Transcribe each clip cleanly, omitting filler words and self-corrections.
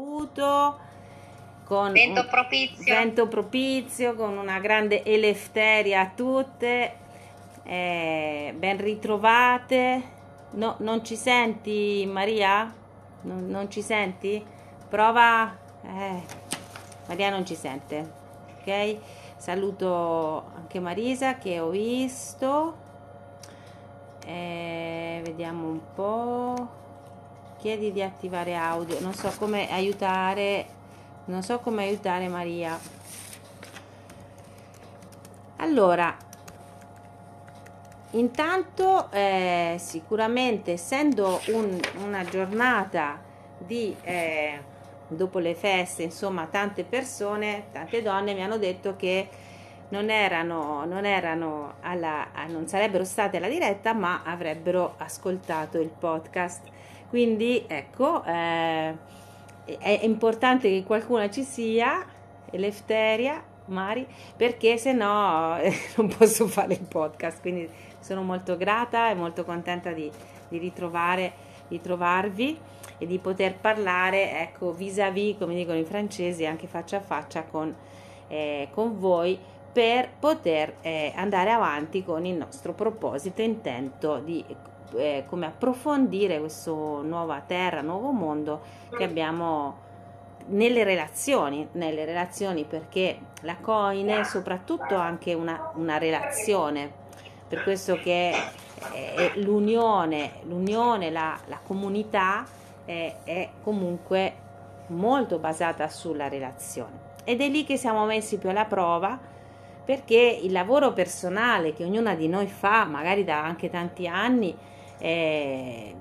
con vento propizio, con una grande elefteria a tutte, ben ritrovate. No, non ci senti, Maria? Non ci senti? Prova. Maria non ci sente, ok? Saluto anche Marisa che ho visto. Vediamo un po'. Chiedi di attivare audio. Non so come aiutare Maria. Allora, intanto sicuramente, essendo una giornata di dopo le feste, insomma, tante persone, tante donne mi hanno detto che non sarebbero state alla diretta, ma avrebbero ascoltato il podcast. Quindi ecco, è importante che qualcuno ci sia, Elefteria, Mari, perché se no non posso fare il podcast. Quindi sono molto grata e molto contenta di ritrovarvi e di poter parlare, ecco, vis-à-vis, come dicono i francesi, anche faccia a faccia con voi, per poter andare avanti con il nostro proposito e intento di come approfondire questo nuova terra, nuovo mondo che abbiamo nelle relazioni, perché la Coine è soprattutto anche una relazione, per questo che l'unione, la comunità è comunque molto basata sulla relazione, ed è lì che siamo messi più alla prova, perché il lavoro personale che ognuna di noi fa, magari da anche tanti anni, è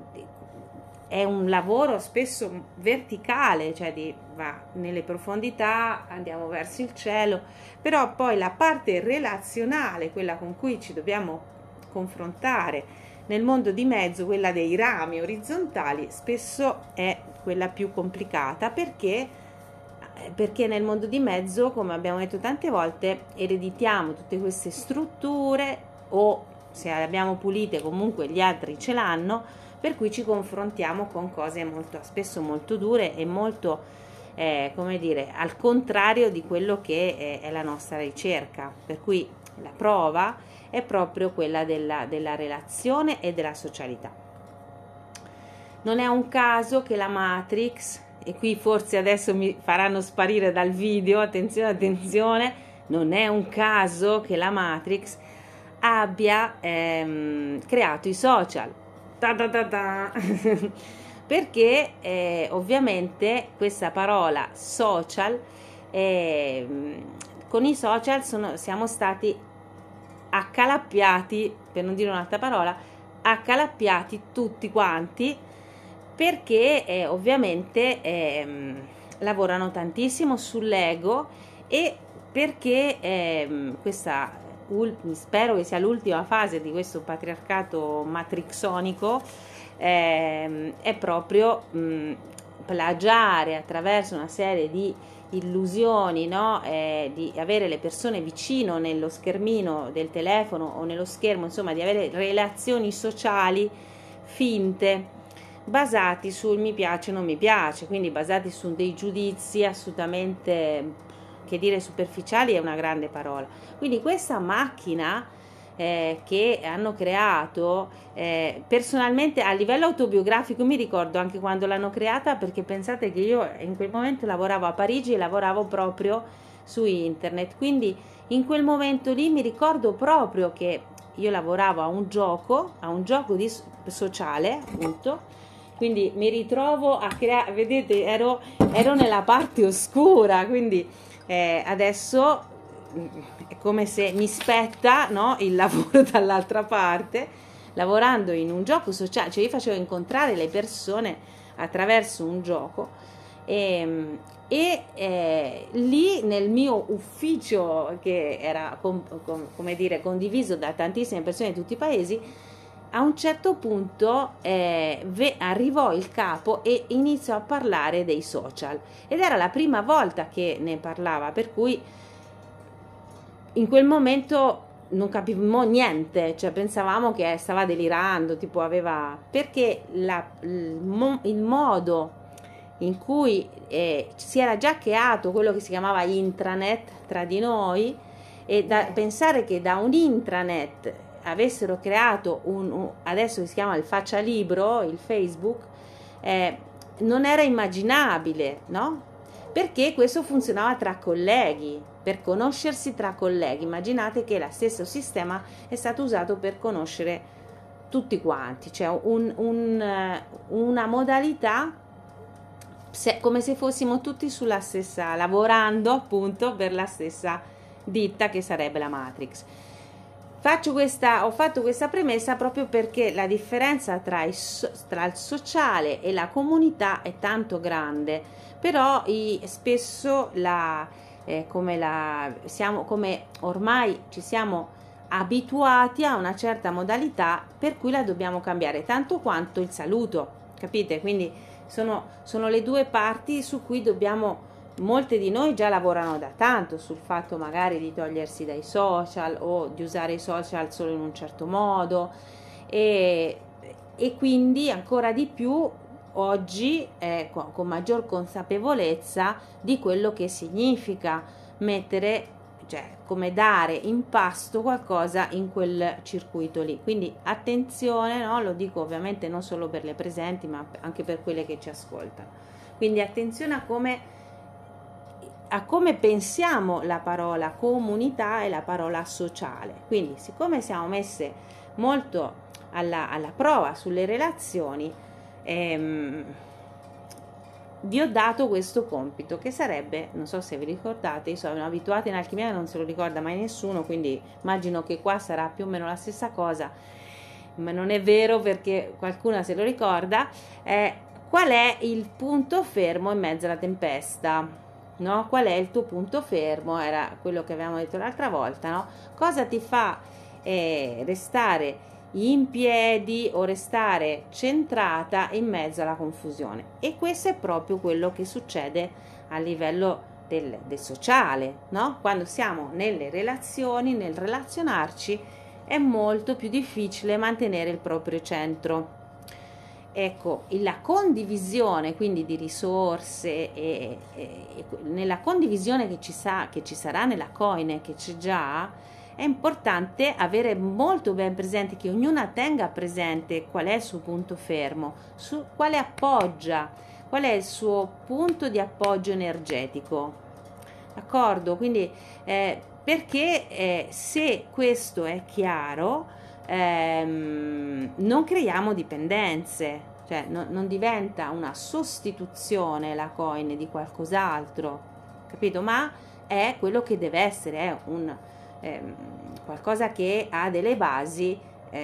un lavoro spesso verticale, cioè va nelle profondità, andiamo verso il cielo, però poi la parte relazionale, quella con cui ci dobbiamo confrontare nel mondo di mezzo, quella dei rami orizzontali, spesso è quella più complicata, perché nel mondo di mezzo, come abbiamo detto tante volte, ereditiamo tutte queste strutture, o se le abbiamo pulite comunque gli altri ce l'hanno, per cui ci confrontiamo con cose spesso molto dure e molto come dire, al contrario di quello che è la nostra ricerca, per cui la prova è proprio quella della relazione e della socialità. Non è un caso che la Matrix, e qui forse adesso mi faranno sparire dal video, attenzione, non è un caso che la Matrix abbia creato i social. Perché ovviamente questa parola social, con i social siamo stati accalappiati, per non dire un'altra parola, accalappiati tutti quanti, perché ovviamente lavorano tantissimo sull'ego, e perché questa spero che sia l'ultima fase di questo patriarcato matrixonico, è proprio plagiare attraverso una serie di illusioni, no? Di avere le persone vicino nello schermino del telefono o nello schermo, insomma di avere relazioni sociali finte, basati sul mi piace o non mi piace, quindi basati su dei giudizi assolutamente, che dire superficiali è una grande parola. Quindi questa macchina che hanno creato, personalmente a livello autobiografico mi ricordo anche quando l'hanno creata, perché pensate che io in quel momento lavoravo a Parigi e lavoravo proprio su internet, quindi in quel momento lì mi ricordo proprio che io lavoravo a un gioco sociale, appunto. Quindi mi ritrovo a creare, vedete, ero nella parte oscura, quindi adesso è come se mi spetta, no, il lavoro dall'altra parte, lavorando in un gioco sociale, cioè io facevo incontrare le persone attraverso un gioco, e lì nel mio ufficio, che era come dire condiviso da tantissime persone di tutti i paesi, a un certo punto arrivò il capo e iniziò a parlare dei social, ed era la prima volta che ne parlava, per cui in quel momento non capivamo niente, cioè pensavamo che stava delirando, tipo perché il modo in cui si era già creato quello che si chiamava intranet tra di noi, e pensare che da un intranet avessero creato adesso si chiama il faccialibro, il Facebook, non era immaginabile, no? Perché questo funzionava tra colleghi, per conoscersi tra colleghi. Immaginate che lo stesso sistema è stato usato per conoscere tutti quanti, cioè una modalità come se fossimo tutti sulla stessa, lavorando appunto per la stessa ditta che sarebbe la Matrix. Ho fatto questa premessa proprio perché la differenza tra il sociale e la comunità è tanto grande, però spesso come ormai ci siamo abituati a una certa modalità per cui la dobbiamo cambiare, tanto quanto il saluto, capite? Quindi sono le due parti su cui molte di noi già lavorano da tanto sul fatto magari di togliersi dai social o di usare i social solo in un certo modo, e quindi ancora di più oggi con maggior consapevolezza di quello che significa mettere, cioè come dare in pasto qualcosa in quel circuito lì. Quindi attenzione, no? Lo dico ovviamente non solo per le presenti ma anche per quelle che ci ascoltano. Quindi attenzione a come pensiamo la parola comunità e la parola sociale. Quindi siccome siamo messe molto alla prova sulle relazioni, vi ho dato questo compito che sarebbe, non so se vi ricordate, io sono abituata in alchimia, non se lo ricorda mai nessuno, quindi immagino che qua sarà più o meno la stessa cosa, ma non è vero perché qualcuno se lo ricorda. Qual è il punto fermo in mezzo alla tempesta? No? Qual è il tuo punto fermo? Era quello che avevamo detto l'altra volta, no? Cosa ti fa restare in piedi o restare centrata in mezzo alla confusione? E questo è proprio quello che succede a livello del sociale, no? Quando siamo nelle relazioni, nel relazionarci, è molto più difficile mantenere il proprio centro. Ecco, la condivisione quindi di risorse e nella condivisione che ci sarà nella Koine, che c'è già, è importante avere molto ben presente, che ognuna tenga presente qual è il suo punto fermo, su quale appoggia, qual è il suo punto di appoggio energetico, d'accordo? Quindi perché se questo è chiaro, non creiamo dipendenze, cioè non diventa una sostituzione la Koine di qualcos'altro, capito? Ma è quello che deve essere, è qualcosa che ha delle basi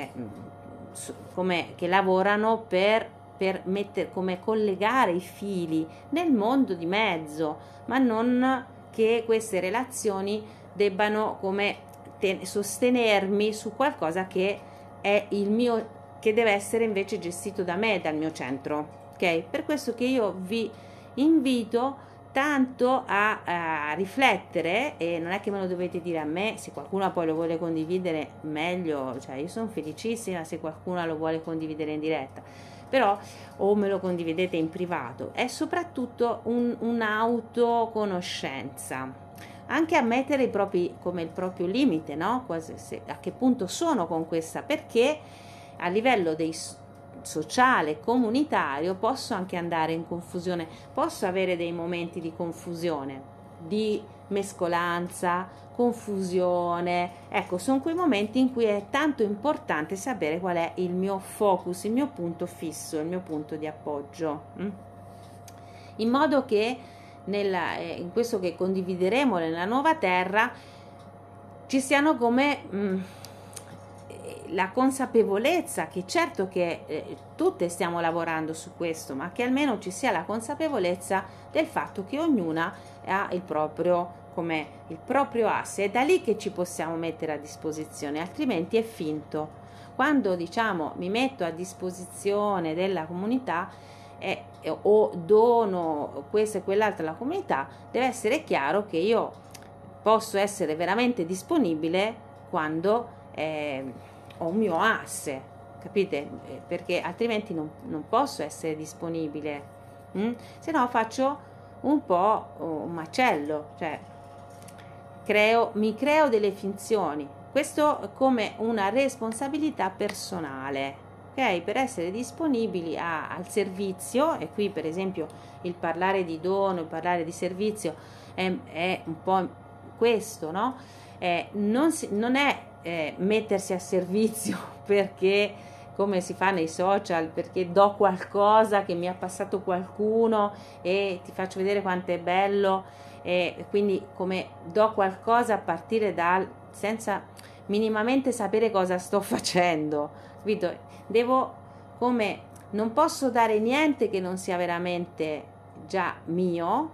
che lavorano per come collegare i fili nel mondo di mezzo, ma non che queste relazioni debbano come sostenermi su qualcosa che è il mio, che deve essere invece gestito da me, dal mio centro, ok? Per questo che io vi invito tanto a riflettere, e non è che me lo dovete dire a me, se qualcuno poi lo vuole condividere meglio, cioè io sono felicissima se qualcuno lo vuole condividere in diretta, però o me lo condividete in privato, è soprattutto un'autoconoscenza, anche a mettere il proprio limite, no? A che punto sono con questa, perché a livello dei sociale, comunitario, posso anche andare in confusione, posso avere dei momenti di confusione, di mescolanza, confusione. Ecco, sono quei momenti in cui è tanto importante sapere qual è il mio focus, il mio punto fisso, il mio punto di appoggio, in modo che in questo che condivideremo nella nuova terra ci siano come la consapevolezza che certo che tutte stiamo lavorando su questo, ma che almeno ci sia la consapevolezza del fatto che ognuna ha il proprio asse. È da lì che ci possiamo mettere a disposizione, altrimenti è finto. Quando diciamo mi metto a disposizione della comunità o dono questo e quell'altro alla comunità, deve essere chiaro che io posso essere veramente disponibile quando ho un mio asse, capite? Perché altrimenti non posso essere disponibile, Se no faccio un po' un macello, cioè mi creo delle finzioni. Questo come una responsabilità personale, ok? Per essere disponibili al servizio, e qui per esempio il parlare di dono, il parlare di servizio è un po' questo, no? Non è mettersi a servizio perché, come si fa nei social, perché do qualcosa che mi ha passato qualcuno e ti faccio vedere quanto è bello, e quindi come do qualcosa a partire senza minimamente sapere cosa sto facendo, capito? Non posso dare niente che non sia veramente già mio,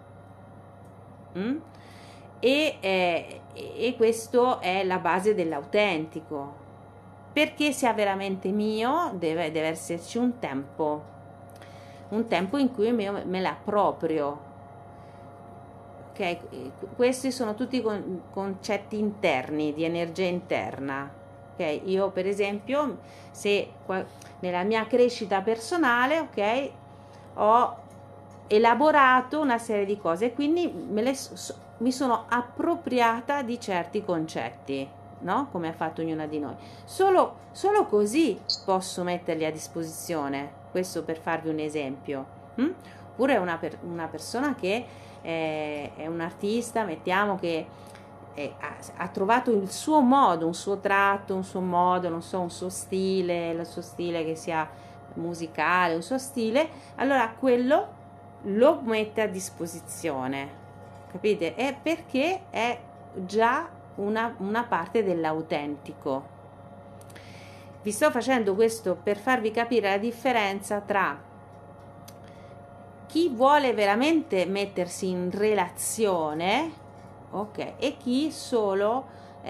e questo è la base dell'autentico. Perché sia veramente mio deve esserci un tempo in cui me l'approprio. Ok, questi sono tutti concetti interni, di energia interna. Ok, io per esempio, se nella mia crescita personale, ok, ho elaborato una serie di cose e quindi mi sono appropriata di certi concetti, no? Come ha fatto ognuna di noi. Solo così posso metterli a disposizione. Questo per farvi un esempio. Oppure una persona che è un artista, mettiamo che ha trovato il suo modo, un suo tratto, un suo modo, non so, un suo stile, il suo stile che sia musicale, un suo stile, allora quello lo mette a disposizione, capite? È perché è già una parte dell'autentico. Vi sto facendo questo per farvi capire la differenza tra chi vuole veramente mettersi in relazione, ok, e chi solo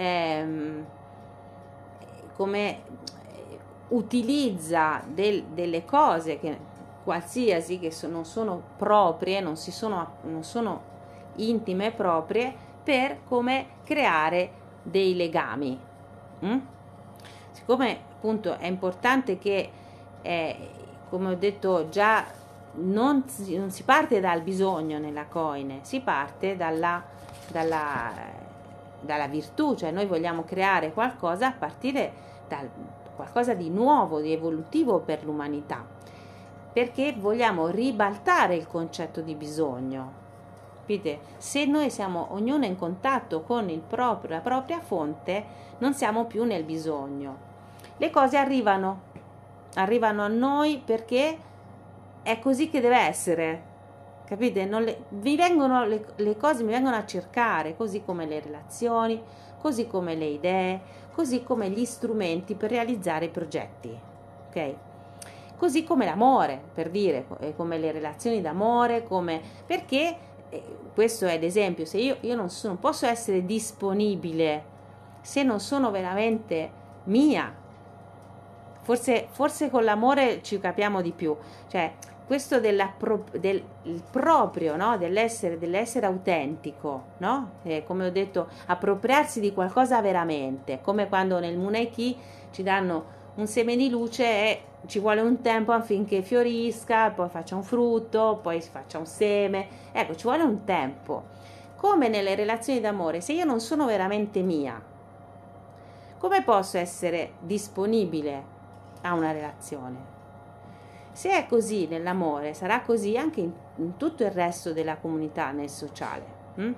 come utilizza delle cose che qualsiasi che non sono proprie, non sono intime proprie, per come creare dei legami. Siccome appunto è importante che come ho detto già, non si parte dal bisogno nella coine, si parte dalla virtù, cioè noi vogliamo creare qualcosa a partire da qualcosa di nuovo, di evolutivo per l'umanità, perché vogliamo ribaltare il concetto di bisogno. Capite? Se noi siamo ognuno in contatto con la propria fonte, non siamo più nel bisogno. Le cose arrivano a noi perché è così che deve essere, capite? Le cose mi vengono a cercare, così come le relazioni, così come le idee, così come gli strumenti per realizzare i progetti, ok? Così come l'amore, per dire, come le relazioni d'amore, perché questo è l'esempio. Se io non posso essere disponibile se non sono veramente mia. Forse con l'amore ci capiamo di più, cioè questo del proprio, no? dell'essere autentico, no? Come ho detto, appropriarsi di qualcosa veramente, come quando nel Muneiki ci danno un seme di luce e ci vuole un tempo affinché fiorisca, poi faccia un frutto, poi si faccia un seme, ecco, ci vuole un tempo. Come nelle relazioni d'amore, se io non sono veramente mia, come posso essere disponibile a una relazione? Se è così nell'amore, sarà così anche in tutto il resto della comunità, nel sociale.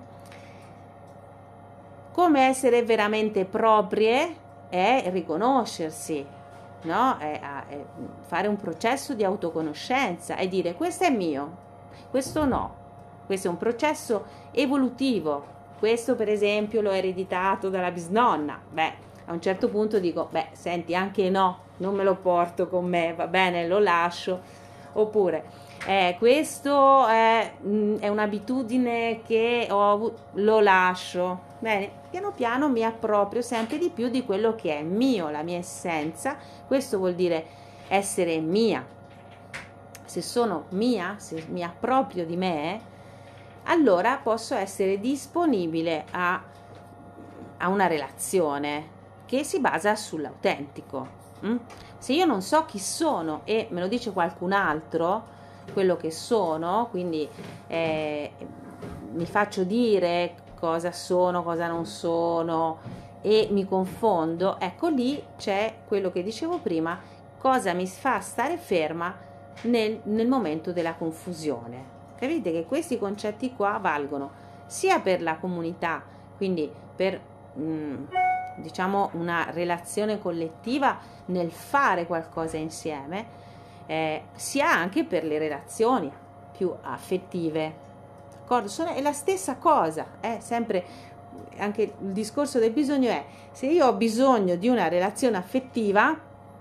Come essere veramente proprie è riconoscersi, no? È fare un processo di autoconoscenza e dire: questo è mio, questo no. Questo è un processo evolutivo. Questo per esempio l'ho ereditato dalla bisnonna. A un certo punto dico: senti, anche no, non me lo porto con me, va bene, lo lascio. Oppure questo è un'abitudine che ho avuto, lo lascio. Bene, piano piano mi approprio sempre di più di quello che è mio, la mia essenza. Questo vuol dire essere mia. Se sono mia, se mi approprio di me, allora posso essere disponibile a una relazione che si basa sull'autentico. Se io non so chi sono e me lo dice qualcun altro, quello che sono, quindi mi faccio dire cosa sono, cosa non sono e mi confondo, ecco lì c'è quello che dicevo prima, cosa mi fa stare ferma nel momento della confusione. Capite che questi concetti qua valgono sia per la comunità, quindi per diciamo una relazione collettiva nel fare qualcosa insieme, sia anche per le relazioni più affettive, d'accordo? È la stessa cosa, sempre anche il discorso del bisogno è: se io ho bisogno di una relazione affettiva,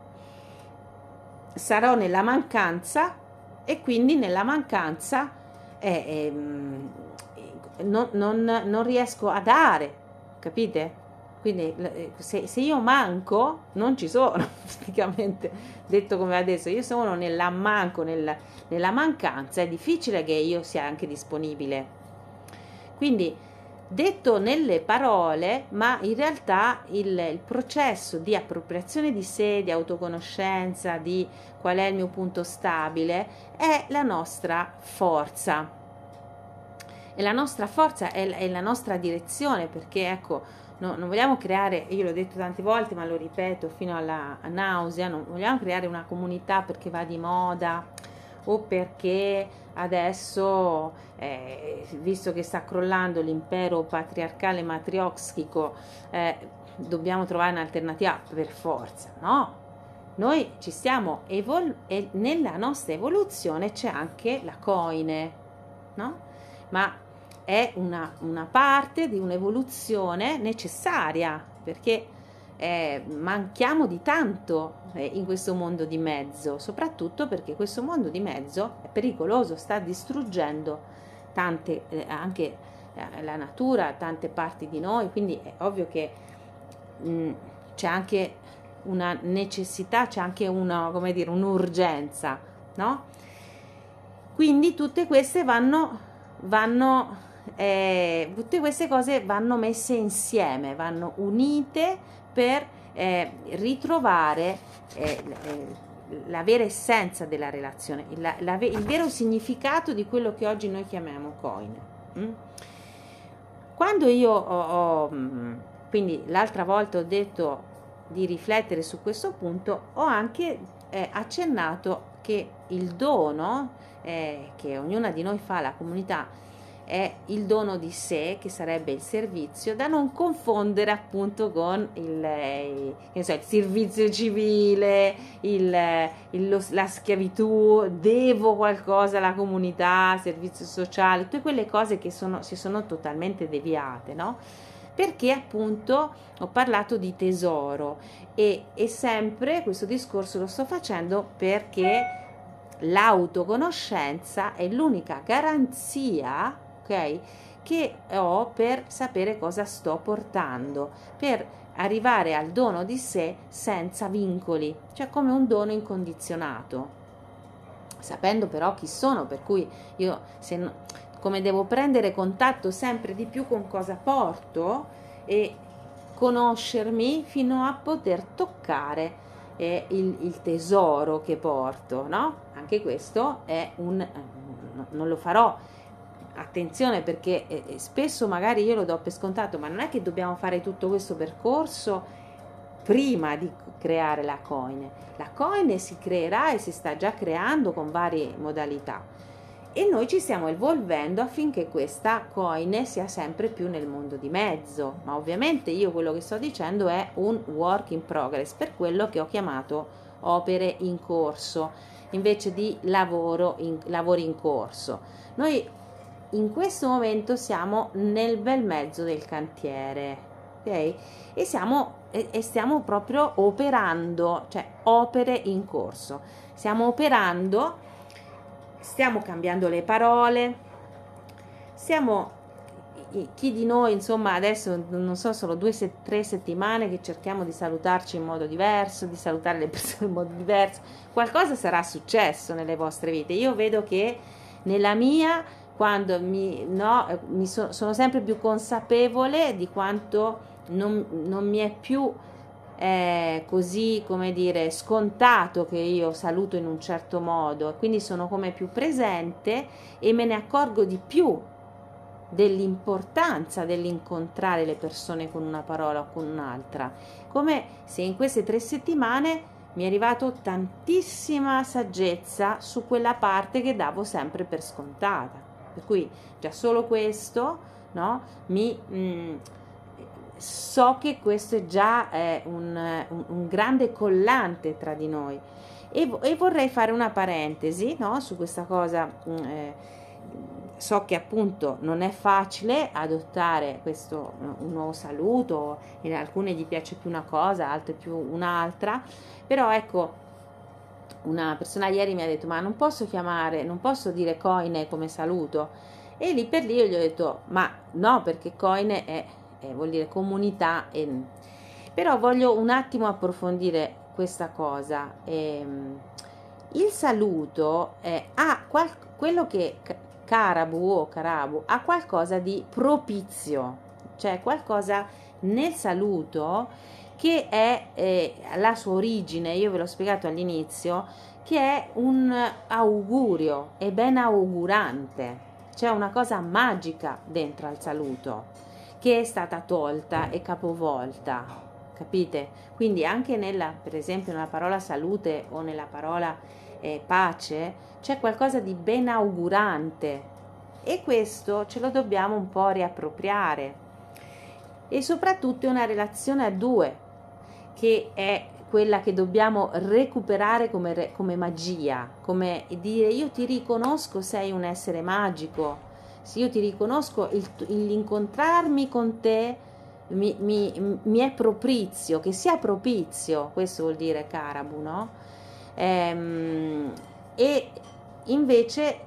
sarò nella mancanza e quindi nella mancanza non riesco a dare, capite? Quindi se io manco non ci sono, praticamente detto come adesso, io sono nella mancanza, è difficile che io sia anche disponibile. Quindi detto nelle parole, ma in realtà il processo di appropriazione di sé, di autoconoscenza, di qual è il mio punto stabile, è la nostra forza. E la nostra forza è la nostra direzione, perché ecco, non vogliamo creare, io l'ho detto tante volte ma lo ripeto fino alla nausea, non vogliamo creare una comunità perché va di moda o perché adesso, visto che sta crollando l'impero patriarcale matrioskico, dobbiamo trovare un'alternativa per forza, no? Noi ci stiamo e nella nostra evoluzione c'è anche la koine, no? Ma è una parte di un'evoluzione necessaria, perché manchiamo di tanto in questo mondo di mezzo, soprattutto perché questo mondo di mezzo è pericoloso, sta distruggendo tante, anche la natura, tante parti di noi, quindi è ovvio che c'è anche una necessità, c'è anche un'urgenza, no? Quindi tutte queste tutte queste cose vanno messe insieme, vanno unite per ritrovare la vera essenza della relazione, il vero significato di quello che oggi noi chiamiamo koine. Quando io quindi l'altra volta ho detto di riflettere su questo punto, ho anche accennato che il dono che ognuna di noi fa alla comunità è il dono di sé, che sarebbe il servizio, da non confondere appunto con il servizio civile, la schiavitù, devo qualcosa alla comunità, servizio sociale, tutte quelle cose che si sono totalmente deviate, no? Perché appunto ho parlato di tesoro e sempre questo discorso lo sto facendo perché l'autoconoscenza è l'unica garanzia, ok, che ho per sapere cosa sto portando, per arrivare al dono di sé senza vincoli, cioè come un dono incondizionato, sapendo però chi sono, per cui io come devo prendere contatto sempre di più con cosa porto e conoscermi fino a poter toccare il tesoro che porto, no? Anche questo è non lo farò, attenzione, perché spesso magari io lo do per scontato, ma non è che dobbiamo fare tutto questo percorso prima di creare la koine si creerà e si sta già creando con varie modalità e noi ci stiamo evolvendo affinché questa koine sia sempre più nel mondo di mezzo, ma ovviamente io quello che sto dicendo è un work in progress, per quello che ho chiamato opere in corso invece di lavori in corso. Noi in questo momento siamo nel bel mezzo del cantiere, ok? E stiamo proprio operando, cioè opere in corso. Stiamo operando, stiamo cambiando le parole, chi di noi, insomma, adesso non so, sono 2-3 settimane che cerchiamo di salutarci in modo diverso, di salutare le persone in modo diverso. Qualcosa sarà successo nelle vostre vite. Io vedo che nella mia, quando sono sempre più consapevole di quanto non mi è più è così, come dire, scontato che io saluto in un certo modo, quindi sono come più presente e me ne accorgo di più dell'importanza dell'incontrare le persone con una parola o con un'altra, come se in queste 3 settimane mi è arrivato tantissima saggezza su quella parte che davo sempre per scontata, per cui già solo questo, no, so che questo è già un grande collante tra di noi. E vorrei fare una parentesi, no, su questa cosa. So che appunto non è facile adottare questo, un nuovo saluto, in alcune gli piace più una cosa, altre più un'altra, però ecco, una persona ieri mi ha detto: ma non posso dire coine come saluto, e lì per lì io gli ho detto: ma no, perché coine vuol dire comunità, però voglio un attimo approfondire questa cosa. Il saluto ha quello che Carabu o Carabu ha qualcosa di propizio, cioè qualcosa nel saluto che è la sua origine, io ve l'ho spiegato all'inizio, che è un augurio, è ben augurante, c'è una cosa magica dentro al saluto che è stata tolta e capovolta, capite? Quindi anche per esempio nella parola salute o nella parola pace c'è qualcosa di ben augurante, e questo ce lo dobbiamo un po' riappropriare, e soprattutto è una relazione a due che è quella che dobbiamo recuperare come magia, come dire: io ti riconosco, sei un essere magico, se io ti riconosco, l'incontrarmi con te mi è propizio, che sia propizio, questo vuol dire Carabu, no? E invece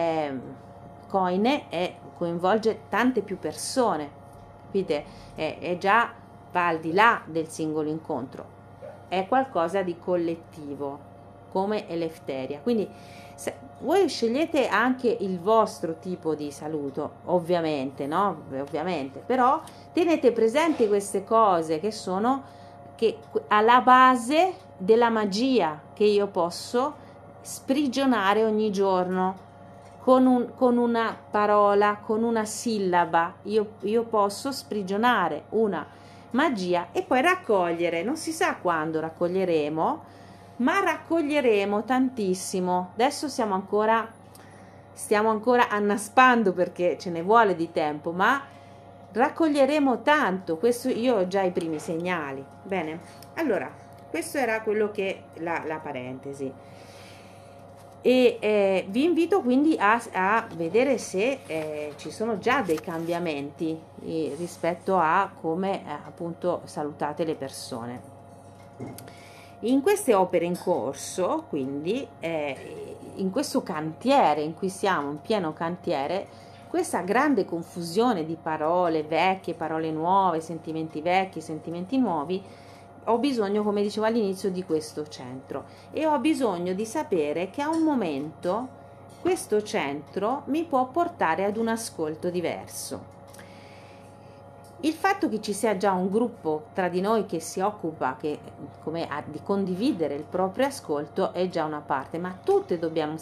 Coine coinvolge tante più persone, capite? È già, va al di là del singolo incontro, è qualcosa di collettivo, come Eleftheria. Quindi voi scegliete anche il vostro tipo di saluto, ovviamente, no? Ovviamente, però tenete presenti queste cose che sono alla base della magia che io posso sprigionare ogni giorno con una parola, con una sillaba. Io posso sprigionare una magia e poi raccogliere, non si sa quando raccoglieremo, ma raccoglieremo tantissimo. Adesso stiamo ancora annaspando perché ce ne vuole di tempo, ma raccoglieremo tanto. Questo io ho già i primi segnali. Bene, allora questo era quello che la parentesi, e vi invito quindi a vedere se ci sono già dei cambiamenti rispetto a come appunto salutate le persone in queste opere in corso. Quindi in questo cantiere in cui siamo, in pieno cantiere, questa grande confusione di parole vecchie, parole nuove, sentimenti vecchi, sentimenti nuovi, ho bisogno, come dicevo all'inizio, di questo centro, e ho bisogno di sapere che a un momento questo centro mi può portare ad un ascolto diverso. Il fatto che ci sia già un gruppo tra di noi che si occupa di condividere il proprio ascolto è già una parte, ma tutte dobbiamo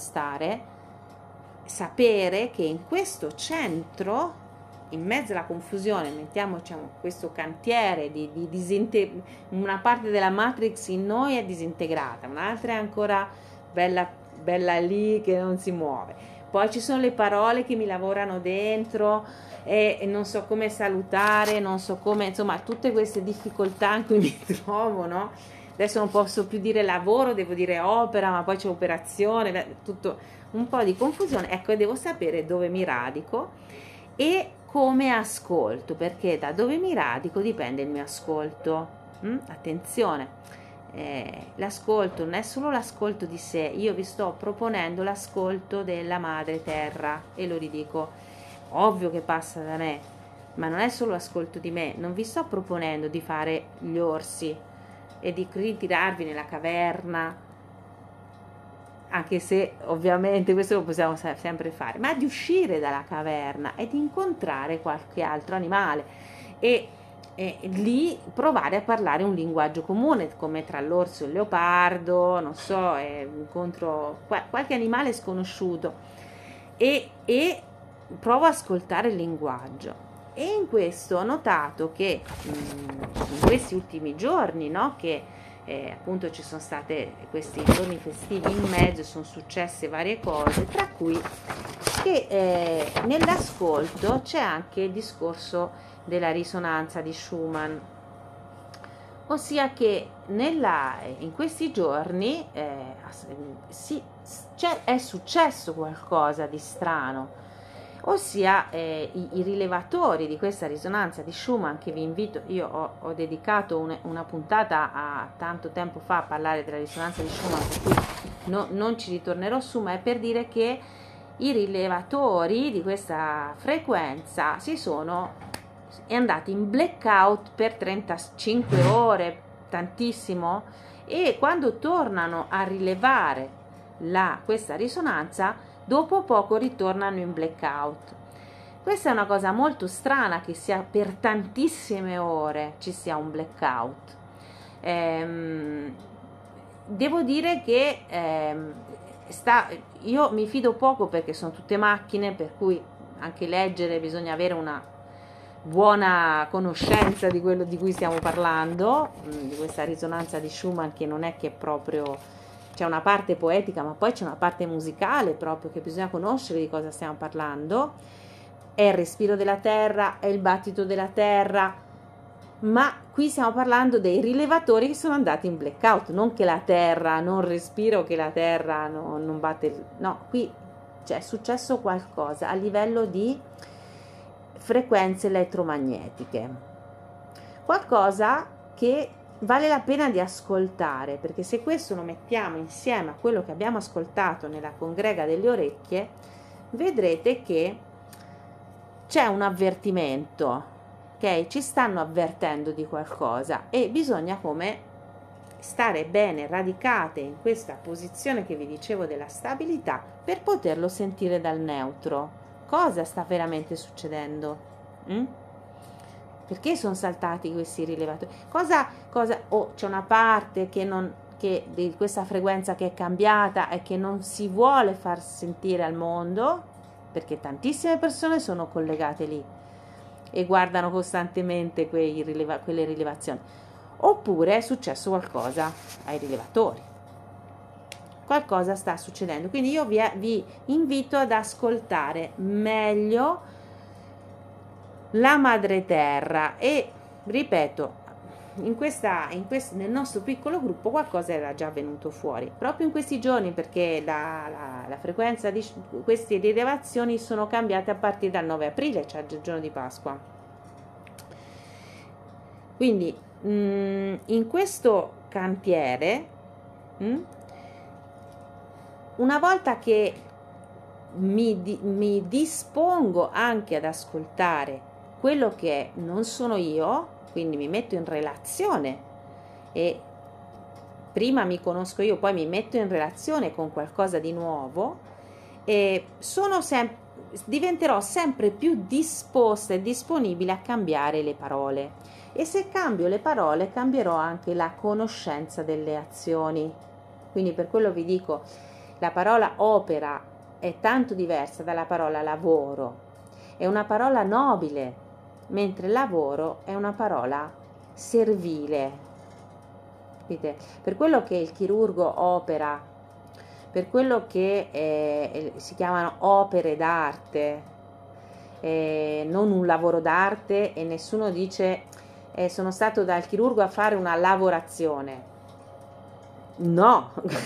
sapere che in questo centro, in mezzo alla confusione, mettiamoci questo cantiere una parte della matrix in noi è disintegrata, un'altra è ancora bella lì che non si muove, poi ci sono le parole che mi lavorano dentro e non so come salutare, non so come, insomma, tutte queste difficoltà in cui mi trovo, no? Adesso non posso più dire lavoro, devo dire opera, ma poi c'è operazione, tutto un po' di confusione. Ecco, devo sapere dove mi radico e come ascolto, perché da dove mi radico dipende il mio ascolto. Attenzione, l'ascolto non è solo l'ascolto di sé. Io vi sto proponendo l'ascolto della madre terra e lo ridico, ovvio che passa da me, ma non è solo l'ascolto di me. Non vi sto proponendo di fare gli orsi e di ritirarvi nella caverna, anche se ovviamente questo lo possiamo sempre fare, ma di uscire dalla caverna e di incontrare qualche altro animale. E e lì provare a parlare un linguaggio comune, come tra l'orso e il leopardo, non so, incontro qualche animale sconosciuto e provo ad ascoltare il linguaggio. E in questo ho notato che in questi ultimi giorni, no, che appunto ci sono state questi giorni festivi in mezzo, sono successe varie cose, tra cui che nell'ascolto c'è anche il discorso della risonanza di Schumann, ossia che in questi giorni è successo qualcosa di strano, ossia i rilevatori di questa risonanza di Schumann, che vi invito, io ho dedicato una puntata tanto tempo fa a parlare della risonanza di Schumann, per cui non ci ritornerò su, ma è per dire che i rilevatori di questa frequenza è andati in blackout per 35 ore, tantissimo, e quando tornano a rilevare questa risonanza, dopo poco ritornano in blackout. Questa è una cosa molto strana, che sia per tantissime ore ci sia un blackout. Devo dire che io mi fido poco, perché sono tutte macchine, per cui anche leggere bisogna avere una buona conoscenza di quello di cui stiamo parlando, di questa risonanza di Schumann, che non è che proprio c'è una parte poetica, ma poi c'è una parte musicale proprio, che bisogna conoscere di cosa stiamo parlando. È il respiro della terra, è il battito della terra, ma qui stiamo parlando dei rilevatori che sono andati in blackout, non che la terra non respiro, che la terra non batte, no, qui è successo qualcosa a livello di frequenze elettromagnetiche, qualcosa che vale la pena di ascoltare, perché se questo lo mettiamo insieme a quello che abbiamo ascoltato nella congrega delle orecchie, vedrete che c'è un avvertimento, ok? Ci stanno avvertendo di qualcosa e bisogna come stare bene radicate in questa posizione che vi dicevo della stabilità, per poterlo sentire dal neutro. Cosa sta veramente succedendo? Perché sono saltati questi rilevatori? C'è una parte di questa frequenza che è cambiata e che non si vuole far sentire al mondo, perché tantissime persone sono collegate lì e guardano costantemente quelle rilevazioni. Oppure è successo qualcosa ai rilevatori. Qualcosa sta succedendo, quindi io vi invito ad ascoltare meglio la madre terra e, ripeto, nel nostro piccolo gruppo qualcosa era già venuto fuori proprio in questi giorni, perché la frequenza di queste rilevazioni sono cambiate a partire dal 9 aprile, cioè il giorno di Pasqua. Quindi in questo cantiere, una volta che mi dispongo anche ad ascoltare quello che non sono io, quindi mi metto in relazione, e prima mi conosco io, poi mi metto in relazione con qualcosa di nuovo, e diventerò sempre più disposta e disponibile a cambiare le parole, e se cambio le parole cambierò anche la conoscenza delle azioni. Quindi per quello vi dico, la parola opera è tanto diversa dalla parola lavoro, è una parola nobile, mentre lavoro è una parola servile. Capite? Per quello che il chirurgo opera, per quello che si chiamano opere d'arte, non un lavoro d'arte, e nessuno dice sono stato dal chirurgo a fare una lavorazione. No,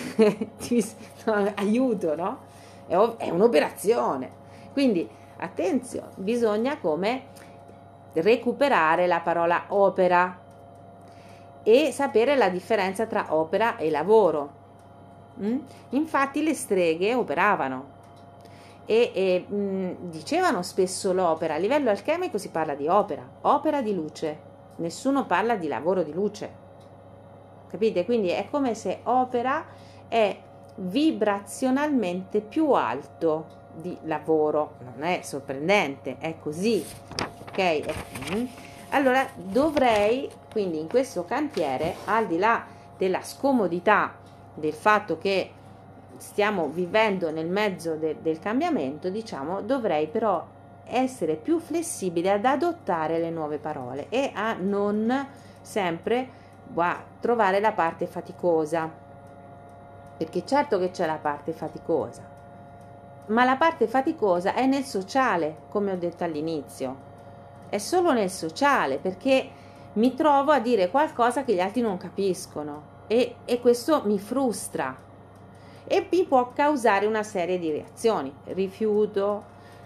aiuto, no? È un'operazione. Quindi attenzione, bisogna come recuperare la parola opera e sapere la differenza tra opera e lavoro. Infatti le streghe operavano e dicevano spesso l'opera. A livello alchemico si parla di opera di luce, nessuno parla di lavoro di luce. Capite? Quindi è come se opera è vibrazionalmente più alto di lavoro. Non è sorprendente, è così, ok? Allora dovrei, quindi in questo cantiere, al di là della scomodità del fatto che stiamo vivendo nel mezzo del cambiamento, diciamo, dovrei però essere più flessibile ad adottare le nuove parole e a non sempre trovare la parte faticosa, perché certo che c'è la parte faticosa, ma la parte faticosa è nel sociale, come ho detto all'inizio, è solo nel sociale, perché mi trovo a dire qualcosa che gli altri non capiscono e questo mi frustra e mi può causare una serie di reazioni, rifiuto,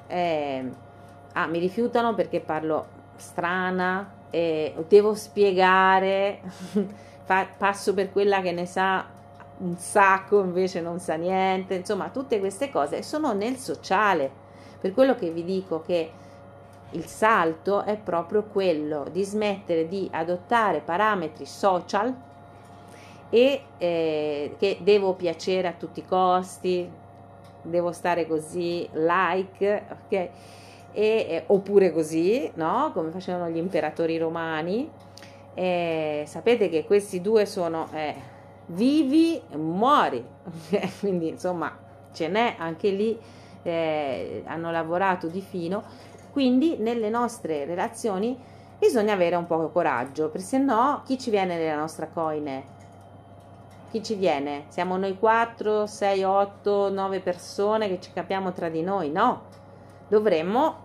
mi rifiutano perché parlo strana, devo spiegare, passo per quella che ne sa un sacco, invece non sa niente, insomma tutte queste cose sono nel sociale, per quello che vi dico che il salto è proprio quello di smettere di adottare parametri social e che devo piacere a tutti i costi, devo stare così, like, ok? Oppure così, no? Come facevano gli imperatori romani. Sapete che questi due sono vivi e muori, quindi insomma ce n'è anche lì, hanno lavorato di fino, quindi nelle nostre relazioni bisogna avere un po' di coraggio, perché se no chi ci viene nella nostra coine? Chi ci viene? Siamo noi 4, 6, 8, 9 persone che ci capiamo tra di noi? No, dovremmo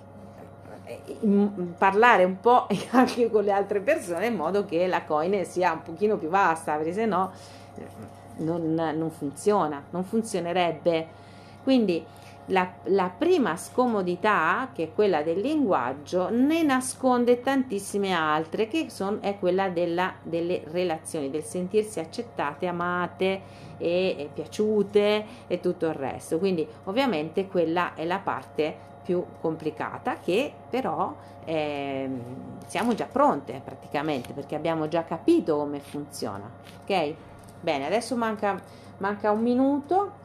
parlare un po' anche con le altre persone in modo che la coine sia un pochino più vasta, perché se no non funziona, non funzionerebbe. Quindi la prima scomodità, che è quella del linguaggio, ne nasconde tantissime altre, che è quella delle relazioni, del sentirsi accettate, amate e piaciute e tutto il resto. Quindi ovviamente quella è la parte più complicata, che però siamo già pronte praticamente, perché abbiamo già capito come funziona. Ok? Bene, adesso manca un minuto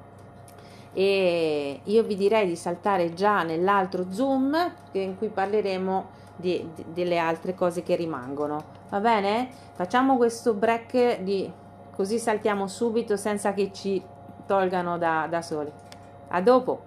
e io vi direi di saltare già nell'altro Zoom in cui parleremo delle altre cose che rimangono. Va bene? Facciamo questo break così saltiamo subito senza che ci tolgano da soli. A dopo.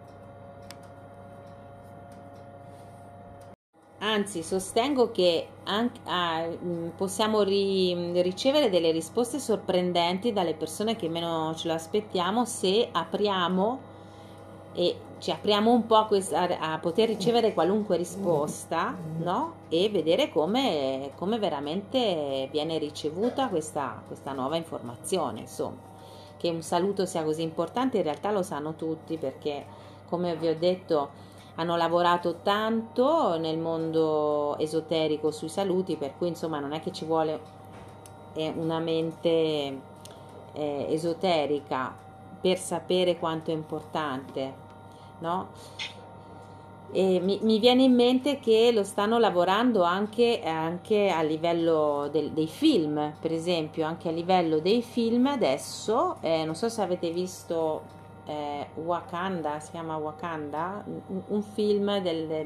Anzi, sostengo che possiamo ricevere delle risposte sorprendenti dalle persone che meno ce lo aspettiamo, se apriamo e ci apriamo un po' a poter ricevere qualunque risposta, no? E vedere come veramente viene ricevuta questa nuova informazione. Insomma, che un saluto sia così importante in realtà lo sanno tutti, perché come vi ho detto hanno lavorato tanto nel mondo esoterico sui saluti, per cui insomma non è che ci vuole una mente esoterica per sapere quanto è importante, no? E mi viene in mente che lo stanno lavorando anche a livello dei film, per esempio, anche a livello dei film adesso, non so se avete visto Wakanda, si chiama Wakanda, un film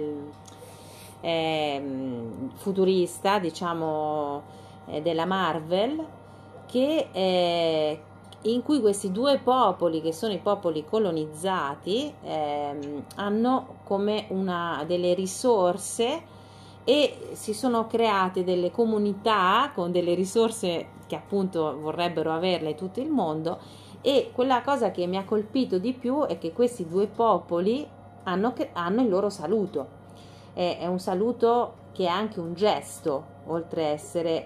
futurista, diciamo, della Marvel, che in cui questi due popoli, che sono i popoli colonizzati, hanno come delle risorse e si sono create delle comunità con delle risorse che appunto vorrebbero averle tutto il mondo. E quella cosa che mi ha colpito di più è che questi due popoli hanno il loro saluto. È un saluto che è anche un gesto, oltre a essere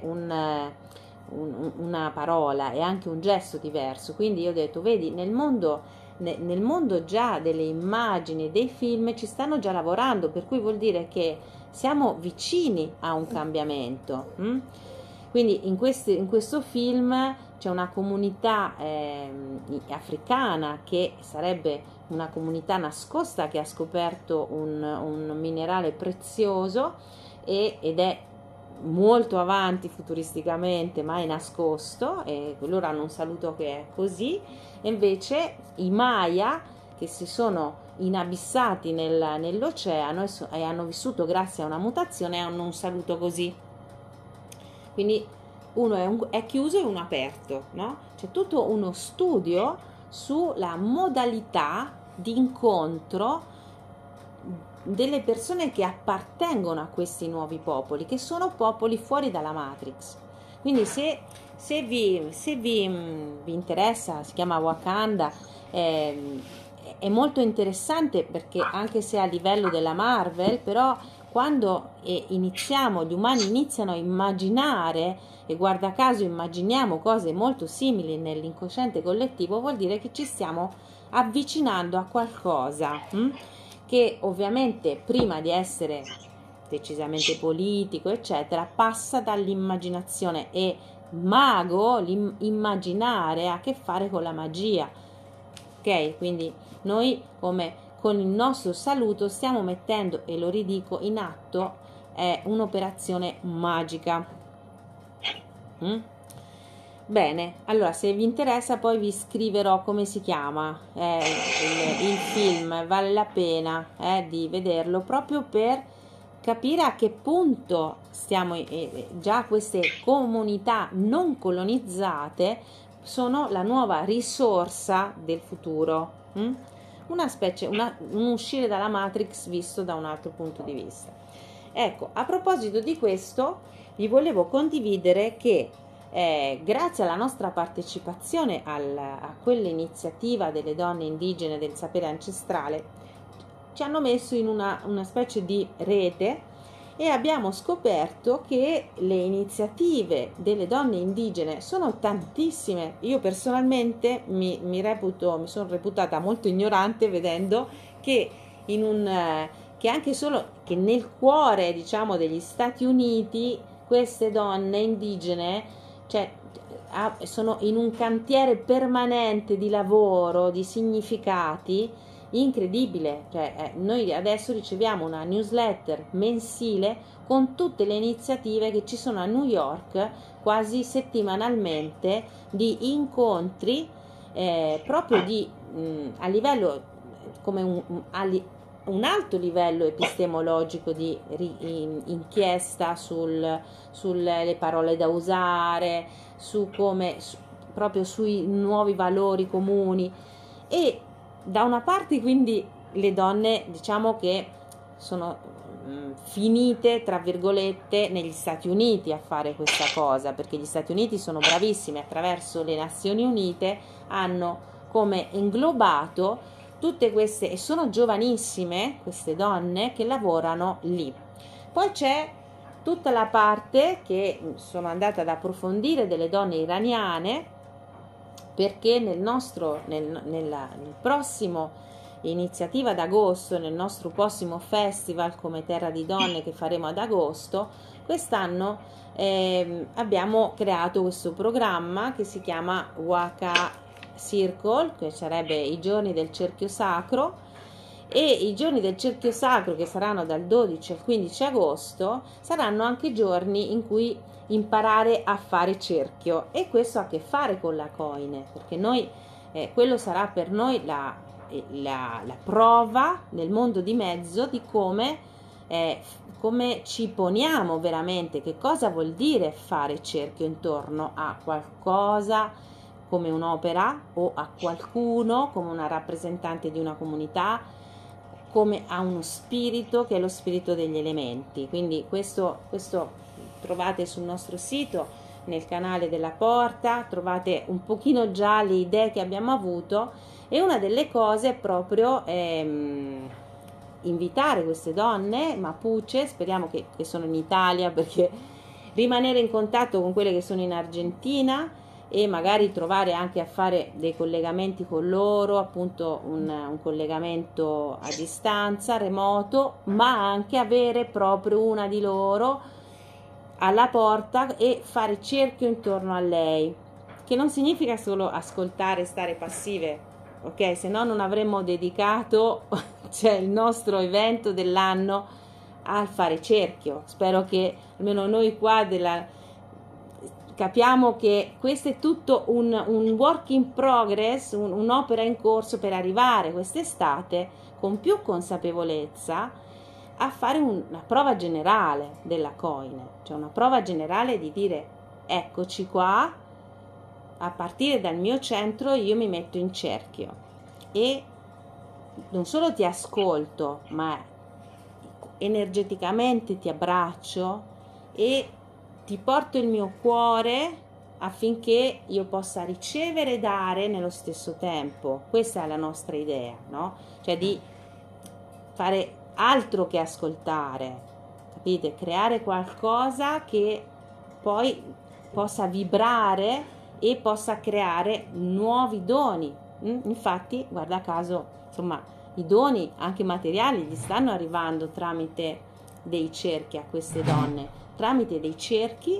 una parola, è anche un gesto diverso. Quindi io ho detto, vedi, nel mondo già delle immagini, dei film ci stanno già lavorando, per cui vuol dire che siamo vicini a un cambiamento. Quindi in questo film c'è una comunità africana, che sarebbe una comunità nascosta, che ha scoperto un minerale prezioso ed è molto avanti futuristicamente, ma è nascosto, e loro hanno un saluto che è così. E invece i Maya, che si sono inabissati nell'oceano e hanno vissuto grazie a una mutazione e hanno un saluto così. Quindi uno è chiuso e uno aperto, no? C'è tutto uno studio sulla modalità di incontro delle persone che appartengono a questi nuovi popoli, che sono popoli fuori dalla Matrix. Quindi se vi interessa, si chiama Wakanda, è molto interessante, perché anche se a livello della Marvel, però quando gli umani iniziano a immaginare, e guarda caso immaginiamo cose molto simili nell'inconsciente collettivo, vuol dire che ci stiamo avvicinando a qualcosa che ovviamente, prima di essere decisamente politico eccetera, passa dall'immaginazione, e mago, immaginare, ha a che fare con la magia, ok? Quindi noi, come con il nostro saluto, stiamo mettendo, e lo ridico, in atto un'operazione magica. Bene, allora se vi interessa poi vi scriverò come si chiama il film, vale la pena di vederlo, proprio per capire a che punto stiamo, già queste comunità non colonizzate sono la nuova risorsa del futuro, una specie, un uscire dalla Matrix visto da un altro punto di vista. Ecco, a proposito di questo, vi volevo condividere che grazie alla nostra partecipazione a quell'iniziativa delle donne indigene del sapere ancestrale, ci hanno messo in una specie di rete, e abbiamo scoperto che le iniziative delle donne indigene sono tantissime. Io personalmente mi sono reputata molto ignorante, vedendo che che anche solo che nel cuore, diciamo, degli Stati Uniti queste donne indigene, cioè, sono in un cantiere permanente di lavoro, di significati incredibile. Cioè, noi adesso riceviamo una newsletter mensile con tutte le iniziative che ci sono a New York, quasi settimanalmente, di incontri proprio a livello, come un alto livello epistemologico di inchiesta sulle parole da usare, proprio sui nuovi valori comuni. E da una parte, quindi, le donne, diciamo che sono finite, tra virgolette, negli Stati Uniti a fare questa cosa, perché gli Stati Uniti sono bravissimi, attraverso le Nazioni Unite hanno come inglobato tutte queste, e sono giovanissime queste donne che lavorano lì. Poi c'è tutta la parte che sono andata ad approfondire delle donne iraniane, perché nella prossimo iniziativa d'agosto, nel nostro prossimo festival come Terra di Donne che faremo ad agosto, quest'anno abbiamo creato questo programma che si chiama Waka Circle, che sarebbe i giorni del cerchio sacro, e i giorni del cerchio sacro, che saranno dal 12 al 15 agosto, saranno anche giorni in cui imparare a fare cerchio, e questo ha a che fare con la Koine, perché noi quello sarà per noi la prova nel mondo di mezzo di come ci poniamo veramente, che cosa vuol dire fare cerchio intorno a qualcosa come un'opera, o a qualcuno come una rappresentante di una comunità, come a uno spirito che è lo spirito degli elementi. Quindi questo trovate sul nostro sito, nel canale della Porta, trovate un pochino già le idee che abbiamo avuto, e una delle cose è proprio invitare queste donne Mapuche, speriamo che sono in Italia, perché rimanere in contatto con quelle che sono in Argentina, e magari trovare anche a fare dei collegamenti con loro, appunto un collegamento a distanza, remoto, ma anche avere proprio una di loro alla porta e fare cerchio intorno a lei, che non significa solo ascoltare e stare passive, ok? Se no non avremmo dedicato il nostro evento dell'anno al fare cerchio. Spero che almeno noi qua capiamo che questo è tutto un work in progress, un'opera in corso per arrivare quest'estate con più consapevolezza a fare una prova generale della Coine, cioè una prova generale di dire eccoci qua, a partire dal mio centro io mi metto in cerchio e non solo ti ascolto, ma energeticamente ti abbraccio e ti porto il mio cuore affinché io possa ricevere e dare nello stesso tempo. Questa è la nostra idea, no? Cioè di fare altro che ascoltare, capite? Creare qualcosa che poi possa vibrare e possa creare nuovi doni. Infatti, guarda caso, insomma, i doni anche materiali gli stanno arrivando tramite dei cerchi a queste donne. Tramite dei cerchi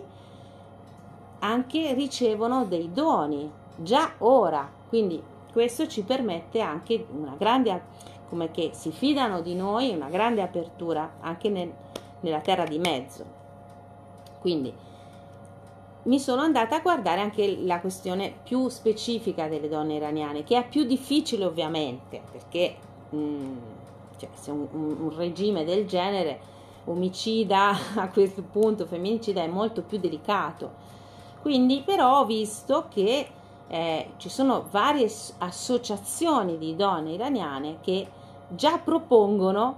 anche ricevono dei doni già ora, quindi questo ci permette anche una grande, come che si fidano di noi, una grande apertura anche nella terra di mezzo. Quindi mi sono andata a guardare anche la questione più specifica delle donne iraniane, che è più difficile ovviamente, perché cioè, se un regime del genere omicida, a questo punto femminicida, è molto più delicato. Quindi però ho visto che ci sono varie associazioni di donne iraniane che già propongono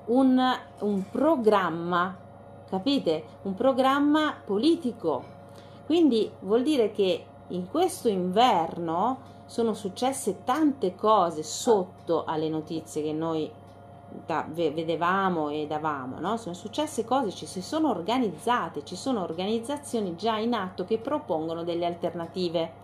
un programma, capite? Un programma politico. Quindi vuol dire che in questo inverno sono successe tante cose sotto alle notizie che noi vedevamo e davamo, no? Sono successe cose, ci si sono organizzate, ci sono organizzazioni già in atto che propongono delle alternative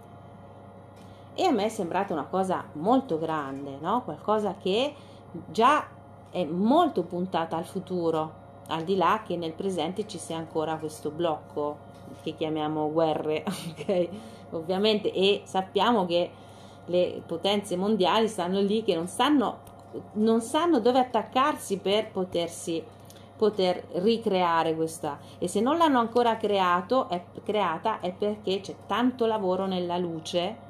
e a me è sembrata una cosa molto grande, no? Qualcosa che già è molto puntata al futuro, al di là che nel presente ci sia ancora questo blocco che chiamiamo guerre, ok? Ovviamente, e sappiamo che le potenze mondiali stanno lì che non sanno dove attaccarsi per poter ricreare questa, e se non l'hanno ancora creata è perché c'è tanto lavoro nella luce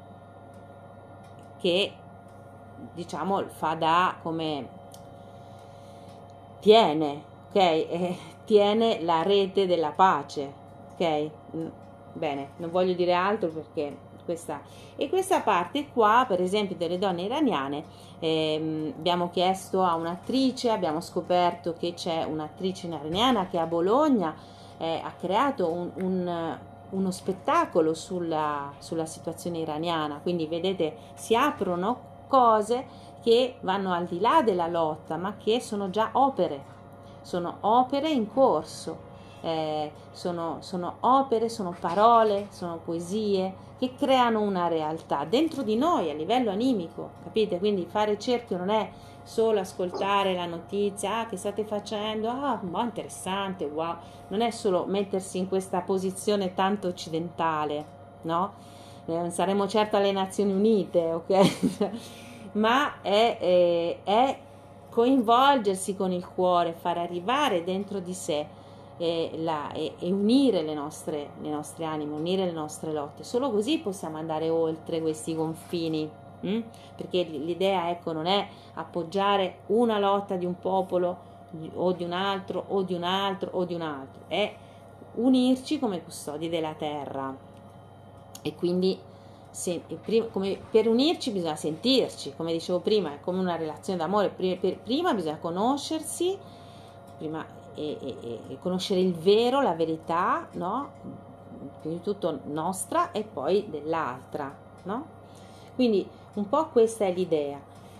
che diciamo fa da come tiene, ok? Tiene la rete della pace, ok? Bene, non voglio dire altro perché questa parte qua, per esempio, delle donne iraniane, abbiamo chiesto a un'attrice, abbiamo scoperto che c'è un'attrice iraniana che a Bologna ha creato uno spettacolo sulla situazione iraniana, quindi vedete si aprono cose che vanno al di là della lotta, ma che sono già sono opere in corso. Sono opere, sono parole, sono poesie che creano una realtà dentro di noi a livello animico, capite? Quindi fare cerchio non è solo ascoltare la notizia, che state facendo, interessante, wow, non è solo mettersi in questa posizione tanto occidentale, no? Non saremo certo alle Nazioni Unite, ok? Ma è coinvolgersi con il cuore, far arrivare dentro di sé e unire le nostre anime, unire le nostre lotte. Solo così possiamo andare oltre questi confini, perché l'idea, ecco, non è appoggiare una lotta di un popolo o di un altro o di un altro o di un altro, è unirci come custodi della terra. E quindi come per unirci bisogna sentirci, come dicevo prima, è come una relazione d'amore. Prima bisogna conoscersi, e conoscere il vero, la verità, no? Prima di tutto nostra e poi dell'altra, no? Quindi un po' questa è l'idea.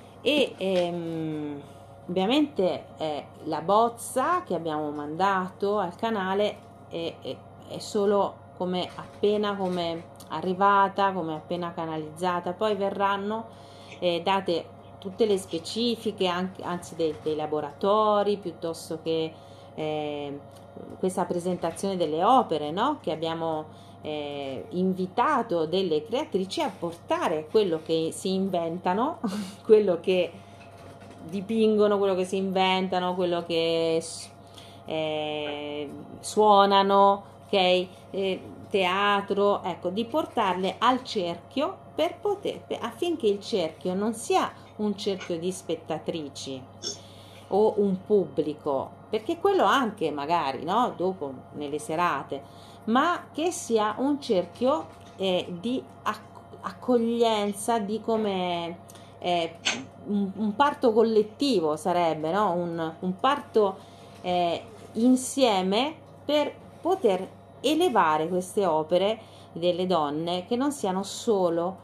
E ovviamente la bozza che abbiamo mandato al canale è solo appena arrivata, come appena canalizzata, poi verranno date tutte le specifiche, anzi dei laboratori, piuttosto che questa presentazione delle opere, no? Che abbiamo invitato delle creatrici a portare quello che si inventano, quello che dipingono, quello che si inventano, quello che suonano, ok? Teatro, ecco, di portarle al cerchio affinché il cerchio non sia un cerchio di spettatrici o un pubblico, perché quello anche magari, no? Dopo nelle serate, ma che sia un cerchio di accoglienza, di come un parto collettivo sarebbe, no? Un parto insieme per poter elevare queste opere delle donne, che non siano solo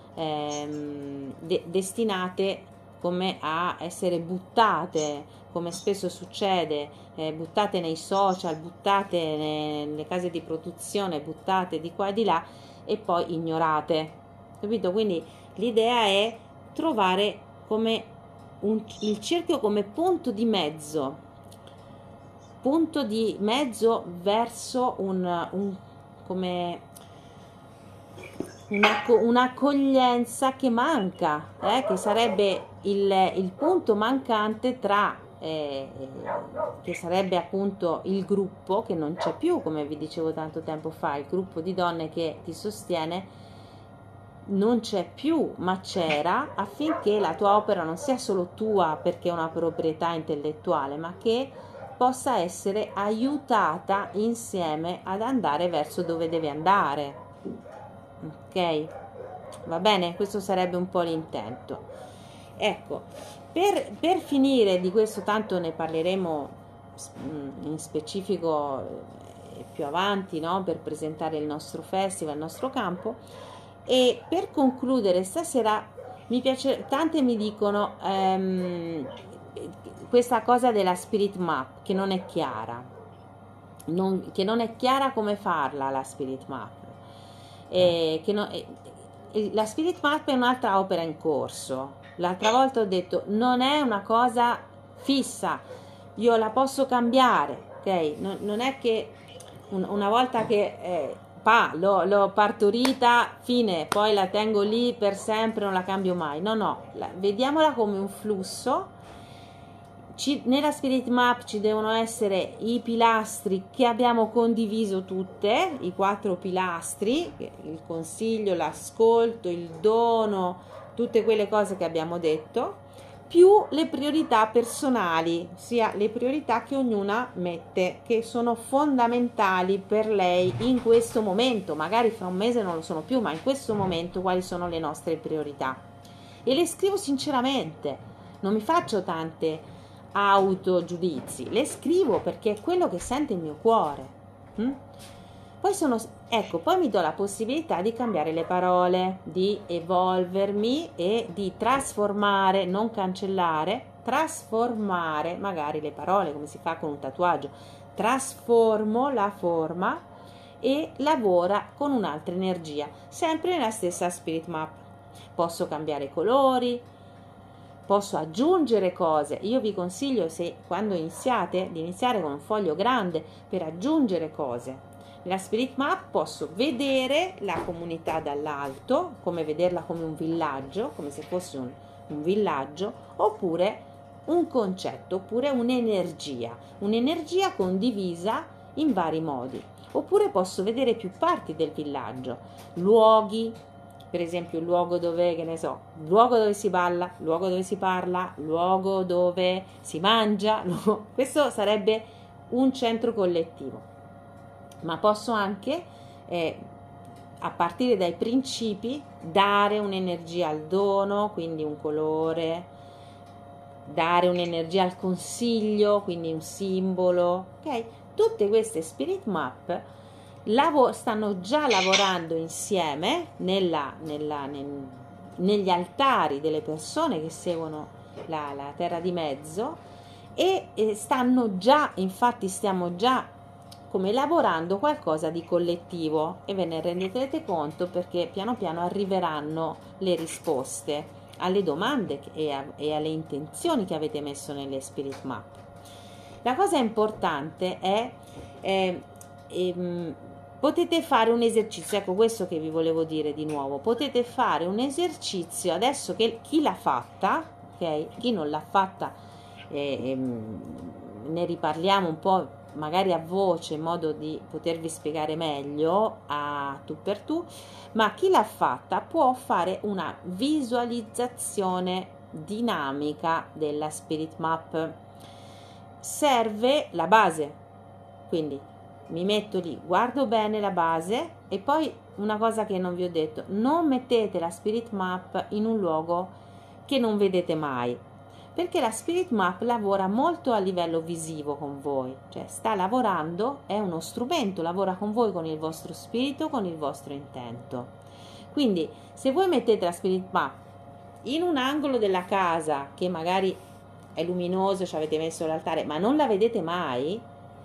destinate come a essere buttate, come spesso succede, buttate nei social, buttate nelle case di produzione, buttate di qua e di là e poi ignorate, capito? Quindi l'idea è trovare come il cerchio come punto di mezzo verso come un'accoglienza che manca, che sarebbe il punto mancante tra che sarebbe appunto il gruppo che non c'è più, come vi dicevo tanto tempo fa, il gruppo di donne che ti sostiene non c'è più, ma c'era, affinché la tua opera non sia solo tua perché è una proprietà intellettuale, ma che possa essere aiutata insieme ad andare verso dove deve andare. Ok? Va bene? Questo sarebbe un po' l'intento. Ecco, per finire di questo, tanto ne parleremo in specifico più avanti, no? Per presentare il nostro festival, il nostro campo. E per concludere stasera mi piace, tante mi dicono questa cosa della spirit map che non è chiara, che non è chiara come farla la spirit map, la spirit map è un'altra opera in corso. L'altra volta ho detto non è una cosa fissa, io la posso cambiare, ok? Non è che una volta che l'ho partorita, fine, poi la tengo lì per sempre, non la cambio mai. No, vediamola come un flusso. Nella spirit map ci devono essere i pilastri che abbiamo condiviso tutte, i 4 pilastri, il consiglio, l'ascolto, il dono, tutte quelle cose che abbiamo detto, più le priorità personali, ossia le priorità che ognuna mette, che sono fondamentali per lei in questo momento. Magari fra un mese non lo sono più, ma in questo momento quali sono le nostre priorità? E le scrivo sinceramente, non mi faccio tante autogiudizi, le scrivo perché è quello che sente il mio cuore. Poi mi do la possibilità di cambiare le parole, di evolvermi e di trasformare, non cancellare, trasformare magari le parole, come si fa con un tatuaggio. Trasformo la forma e lavora con un'altra energia, sempre nella stessa spirit map. Posso cambiare i colori, posso aggiungere cose. Io vi consiglio, quando iniziate, di iniziare con un foglio grande per aggiungere cose. Nella spirit map posso vedere la comunità dall'alto, come vederla come un villaggio, come se fosse un villaggio, oppure un concetto, oppure un'energia condivisa in vari modi. Oppure posso vedere più parti del villaggio, luoghi, per esempio il luogo dove, che ne so, il luogo dove si balla, il luogo dove si parla, il luogo dove si mangia, no? Questo sarebbe un centro collettivo. Ma posso anche, a partire dai principi, dare un'energia al dono, quindi un colore, dare un'energia al consiglio, quindi un simbolo, ok? Tutte queste spirit map stanno già lavorando insieme negli altari delle persone che seguono la Terra di Mezzo e infatti stiamo già come lavorando qualcosa di collettivo, e ve ne renderete conto perché piano piano arriveranno le risposte alle domande e alle intenzioni che avete messo nelle spirit map. La cosa importante è potete fare un esercizio, ecco questo che vi volevo dire di nuovo, potete fare un esercizio adesso che chi l'ha fatta, ok? Chi non l'ha fatta ne riparliamo un po' magari a voce in modo di potervi spiegare meglio a tu per tu, ma chi l'ha fatta può fare una visualizzazione dinamica della Spirit Map. Serve la base, quindi mi metto lì, guardo bene la base e poi una cosa che non vi ho detto, non mettete la Spirit Map in un luogo che non vedete mai, perché la Spirit Map lavora molto a livello visivo con voi, cioè sta lavorando, è uno strumento, lavora con voi, con il vostro spirito, con il vostro intento. Quindi se voi mettete la Spirit Map in un angolo della casa che magari è luminoso, ci avete messo l'altare, ma non la vedete mai,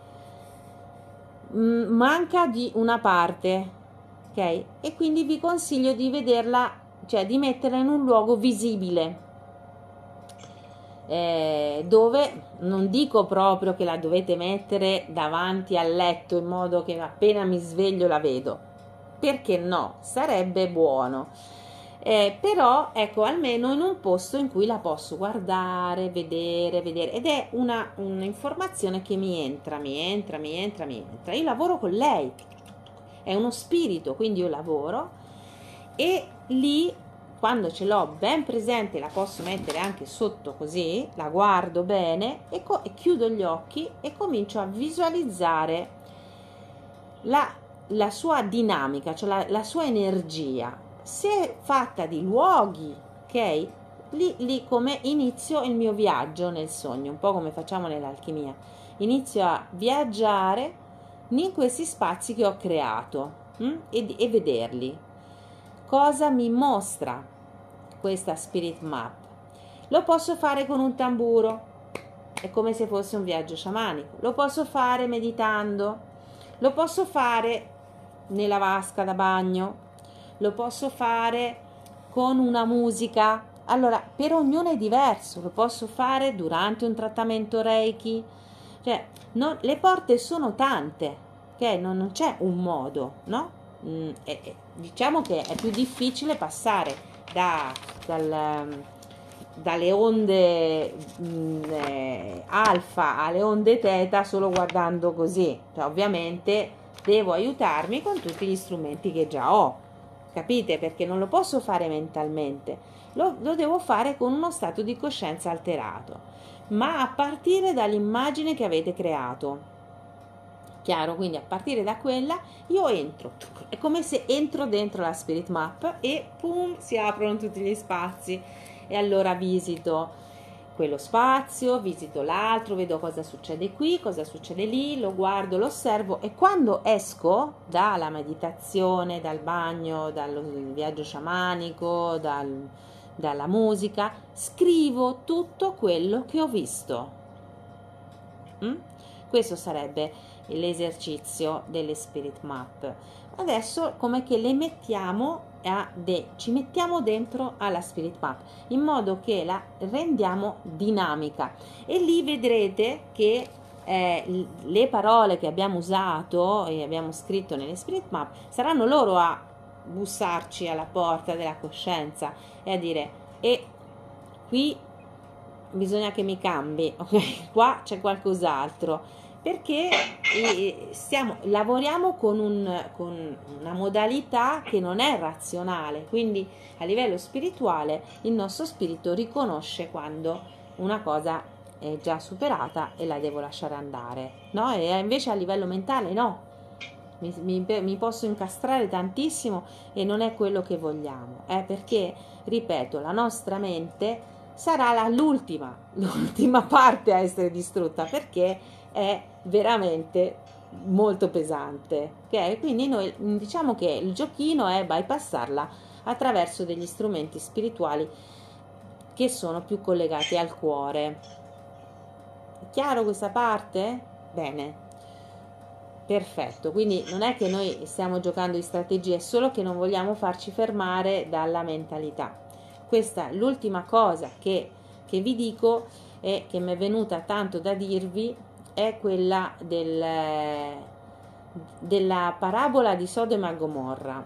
manca di una parte, ok? E quindi vi consiglio di vederla, cioè di metterla in un luogo visibile, dove non dico proprio che la dovete mettere davanti al letto in modo che appena mi sveglio la vedo, perché no, sarebbe buono, però ecco, almeno in un posto in cui la posso guardare, vedere, ed è un'informazione che mi entra. Io lavoro con lei, è uno spirito, quindi io lavoro e lì, quando ce l'ho ben presente, la posso mettere anche sotto così, la guardo bene e chiudo gli occhi e comincio a visualizzare la sua dinamica, cioè la sua energia. Se è fatta di luoghi, ok? Lì come inizio il mio viaggio nel sogno, un po' come facciamo nell'alchimia. Inizio a viaggiare in questi spazi che ho creato e vederli. Cosa mi mostra questa Spirit Map? Lo posso fare con un tamburo, è come se fosse un viaggio sciamanico. Lo posso fare meditando, lo posso fare nella vasca da bagno, lo posso fare con una musica. Allora, per ognuno è diverso, lo posso fare durante un trattamento Reiki, cioè le porte sono tante, ok? Non c'è un modo, no? Diciamo che è più difficile passare dalle onde alfa alle onde teta solo guardando così, cioè, ovviamente devo aiutarmi con tutti gli strumenti che già ho, capite? Perché non lo posso fare mentalmente, lo devo fare con uno stato di coscienza alterato, ma a partire dall'immagine che avete creato. Chiaro? Quindi a partire da quella io entro, è come se entro dentro la Spirit Map e pum, si aprono tutti gli spazi e allora visito quello spazio, visito l'altro, vedo cosa succede qui, cosa succede lì, lo guardo, lo osservo e quando esco dalla meditazione, dal bagno, dal viaggio sciamanico, dalla musica, scrivo tutto quello che ho visto. Questo sarebbe l'esercizio delle Spirit Map. Adesso come che le mettiamo ci mettiamo dentro alla Spirit Map in modo che la rendiamo dinamica e lì vedrete che le parole che abbiamo usato e abbiamo scritto nelle Spirit Map saranno loro a bussarci alla porta della coscienza e a dire: e qui bisogna che mi cambi, ok? Qua c'è qualcos'altro, perché lavoriamo con una modalità che non è razionale, quindi a livello spirituale il nostro spirito riconosce quando una cosa è già superata e la devo lasciare andare, no? E invece a livello mentale no, mi posso incastrare tantissimo e non è quello che vogliamo, perché, ripeto, la nostra mente sarà l'ultima parte a essere distrutta, perché è veramente molto pesante, ok? Quindi noi diciamo che il giochino è bypassarla attraverso degli strumenti spirituali che sono più collegati al cuore. È chiaro questa parte? Bene, perfetto. Quindi non è che noi stiamo giocando di strategie, è solo che non vogliamo farci fermare dalla mentalità. Questa è l'ultima cosa che vi dico e che mi è venuta tanto da dirvi, è quella della parabola di Sodoma e Gomorra.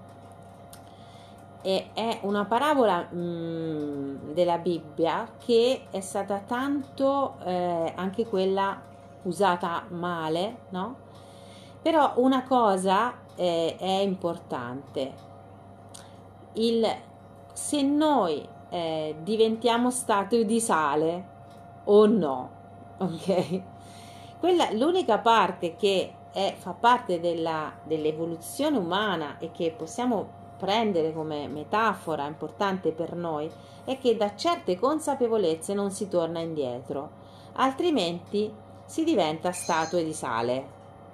E è una parabola della Bibbia che è stata tanto anche quella usata male, no? Però una cosa è importante, se noi diventiamo statue di sale o no, ok? L'unica parte che fa parte dell'evoluzione umana e che possiamo prendere come metafora importante per noi è che da certe consapevolezze non si torna indietro, altrimenti si diventa statue di sale.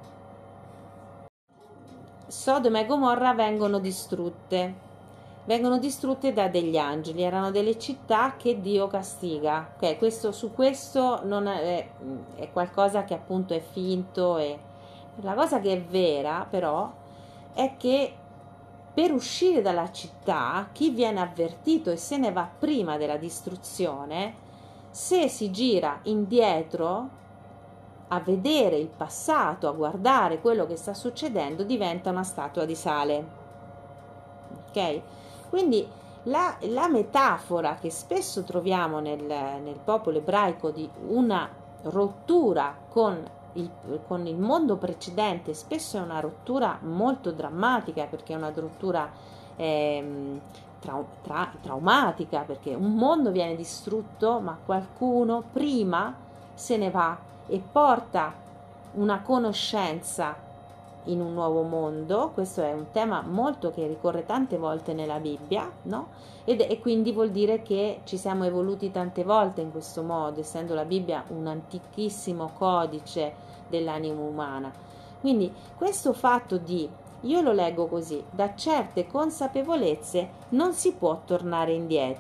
Sodoma e Gomorra vengono distrutte da degli angeli, erano delle città che Dio castiga. Okay, su questo non è qualcosa che appunto è finto. La cosa che è vera però è che per uscire dalla città, chi viene avvertito e se ne va prima della distruzione, se si gira indietro a vedere il passato, a guardare quello che sta succedendo, diventa una statua di sale. Ok? Quindi la metafora che spesso troviamo nel popolo ebraico di una rottura con il mondo precedente, spesso è una rottura molto drammatica, perché è una rottura traumatica, perché un mondo viene distrutto, ma qualcuno prima se ne va e porta una conoscenza in un nuovo mondo. Questo è un tema molto che ricorre tante volte nella Bibbia, no? E quindi vuol dire che ci siamo evoluti tante volte in questo modo, essendo la Bibbia un antichissimo codice dell'anima umana. Quindi questo fatto io lo leggo così, da certe consapevolezze non si può tornare indietro.